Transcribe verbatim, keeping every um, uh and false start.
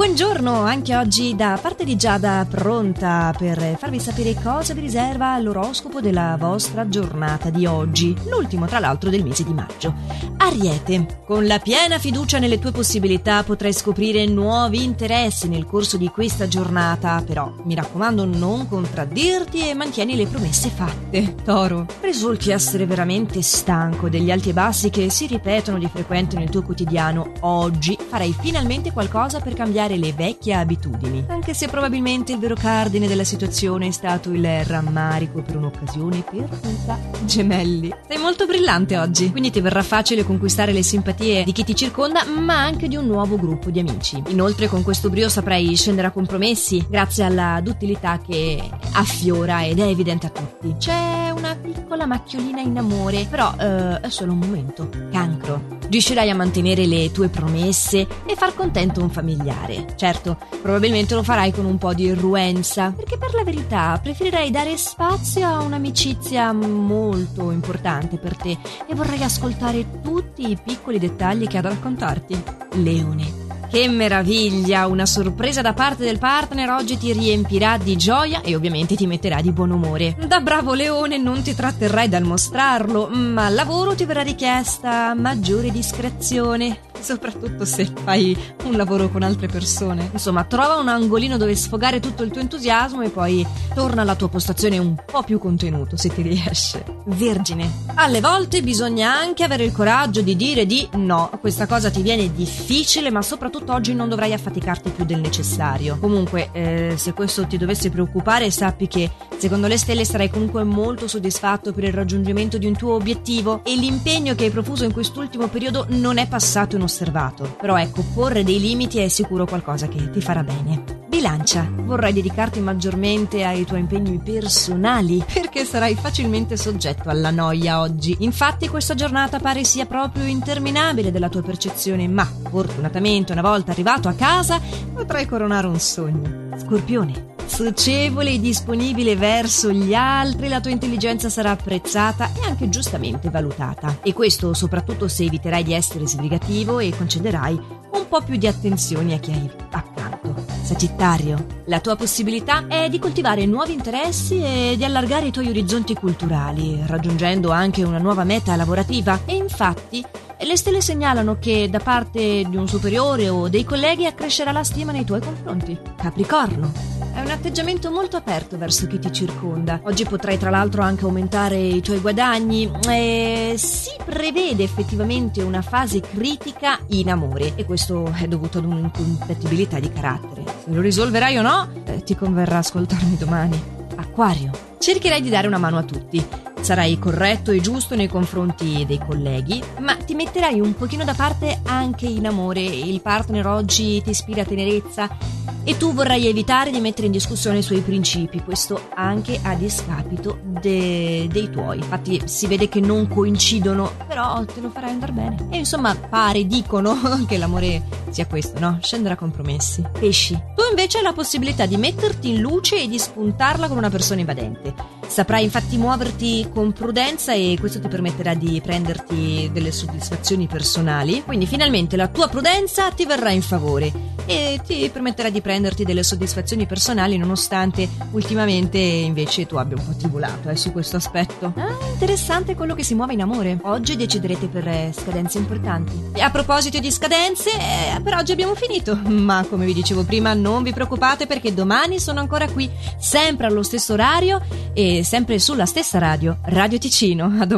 Buongiorno, anche oggi da parte di Giada, pronta per farvi sapere cosa vi riserva l'oroscopo della vostra giornata di oggi, l'ultimo tra l'altro del mese di maggio. Ariete, con la piena fiducia nelle tue possibilità potrai scoprire nuovi interessi nel corso di questa giornata, però mi raccomando non contraddirti e mantieni le promesse fatte. Toro, risulti essere veramente stanco degli alti e bassi che si ripetono di frequente nel tuo quotidiano. Oggi farai finalmente qualcosa per cambiare le vecchie abitudini, anche se probabilmente il vero cardine della situazione è stato il rammarico per un'occasione perduta. Gemelli, sei molto brillante oggi, quindi ti verrà facile conquistare le simpatie di chi ti circonda, ma anche di un nuovo gruppo di amici. Inoltre con questo brio saprai scendere a compromessi grazie alla duttilità che affiora ed è evidente a tutti. C'è una piccola macchiolina in amore, però eh, è solo un momento. Cancro, riuscirai a mantenere le tue promesse e far contento un familiare. Certo, probabilmente lo farai con un po' di irruenza, perché per la verità preferirei dare spazio a un'amicizia molto importante per te e vorrei ascoltare tutti i piccoli dettagli che ha da raccontarti. Leone, che meraviglia! Una sorpresa da parte del partner oggi ti riempirà di gioia e ovviamente ti metterà di buon umore. Da bravo leone non ti tratterrai dal mostrarlo, ma al lavoro ti verrà richiesta maggiore discrezione, soprattutto se fai un lavoro con altre persone. Insomma, trova un angolino dove sfogare tutto il tuo entusiasmo e poi torna alla tua postazione un po' più contenuto, se ti riesce. Vergine, alle volte bisogna anche avere il coraggio di dire di no. Questa cosa ti viene difficile, ma soprattutto oggi non dovrai affaticarti più del necessario. Comunque, eh, se questo ti dovesse preoccupare, sappi che secondo le stelle sarai comunque molto soddisfatto per il raggiungimento di un tuo obiettivo e l'impegno che hai profuso in quest'ultimo periodo non è passato inosservato. Però ecco, porre dei limiti è sicuro qualcosa che ti farà bene. Bilancia, vorrai dedicarti maggiormente ai tuoi impegni personali perché sarai facilmente soggetto alla noia oggi. Infatti questa giornata pare sia proprio interminabile della tua percezione, ma fortunatamente una volta arrivato a casa potrai coronare un sogno. Scorpione, socievole e disponibile verso gli altri, la tua intelligenza sarà apprezzata e anche giustamente valutata. E questo soprattutto se eviterai di essere sbrigativo e concederai un po' più di attenzioni a chi hai accanto. Sagittario, la tua possibilità è di coltivare nuovi interessi e di allargare i tuoi orizzonti culturali, raggiungendo anche una nuova meta lavorativa. E infatti le stelle segnalano che da parte di un superiore o dei colleghi accrescerà la stima nei tuoi confronti. Capricorno, è un atteggiamento molto aperto verso chi ti circonda. Oggi potrai tra l'altro anche aumentare i tuoi guadagni e si prevede effettivamente una fase critica in amore e questo è dovuto ad un'incompatibilità di carattere. Se lo risolverai o no, eh, ti converrà ascoltarmi domani. Acquario, cercherai di dare una mano a tutti. Sarai corretto e giusto nei confronti dei colleghi, ma ti metterai un pochino da parte anche in amore. Il partner oggi ti ispira tenerezza e tu vorrai evitare di mettere in discussione i suoi principi, questo anche a discapito de- dei tuoi. Infatti si vede che non coincidono, però te lo farai andare bene. E insomma pare, dicono, che l'amore sia questo, no? Scendere a compromessi. Pesci, tu invece hai la possibilità di metterti in luce e di spuntarla con una persona invadente. Saprai infatti muoverti con prudenza e questo ti permetterà di prenderti delle soddisfazioni personali, quindi finalmente la tua prudenza ti verrà in favore e ti permetterà di prenderti delle soddisfazioni personali nonostante ultimamente invece tu abbia un po' tribolato eh, su questo aspetto. Ah, interessante quello che si muove in amore. Oggi deciderete per eh, scadenze importanti. E a proposito di scadenze, eh, per oggi abbiamo finito, ma come vi dicevo prima non vi preoccupate perché domani sono ancora qui, sempre allo stesso orario e sempre sulla stessa radio, Radio Ticino. A domani.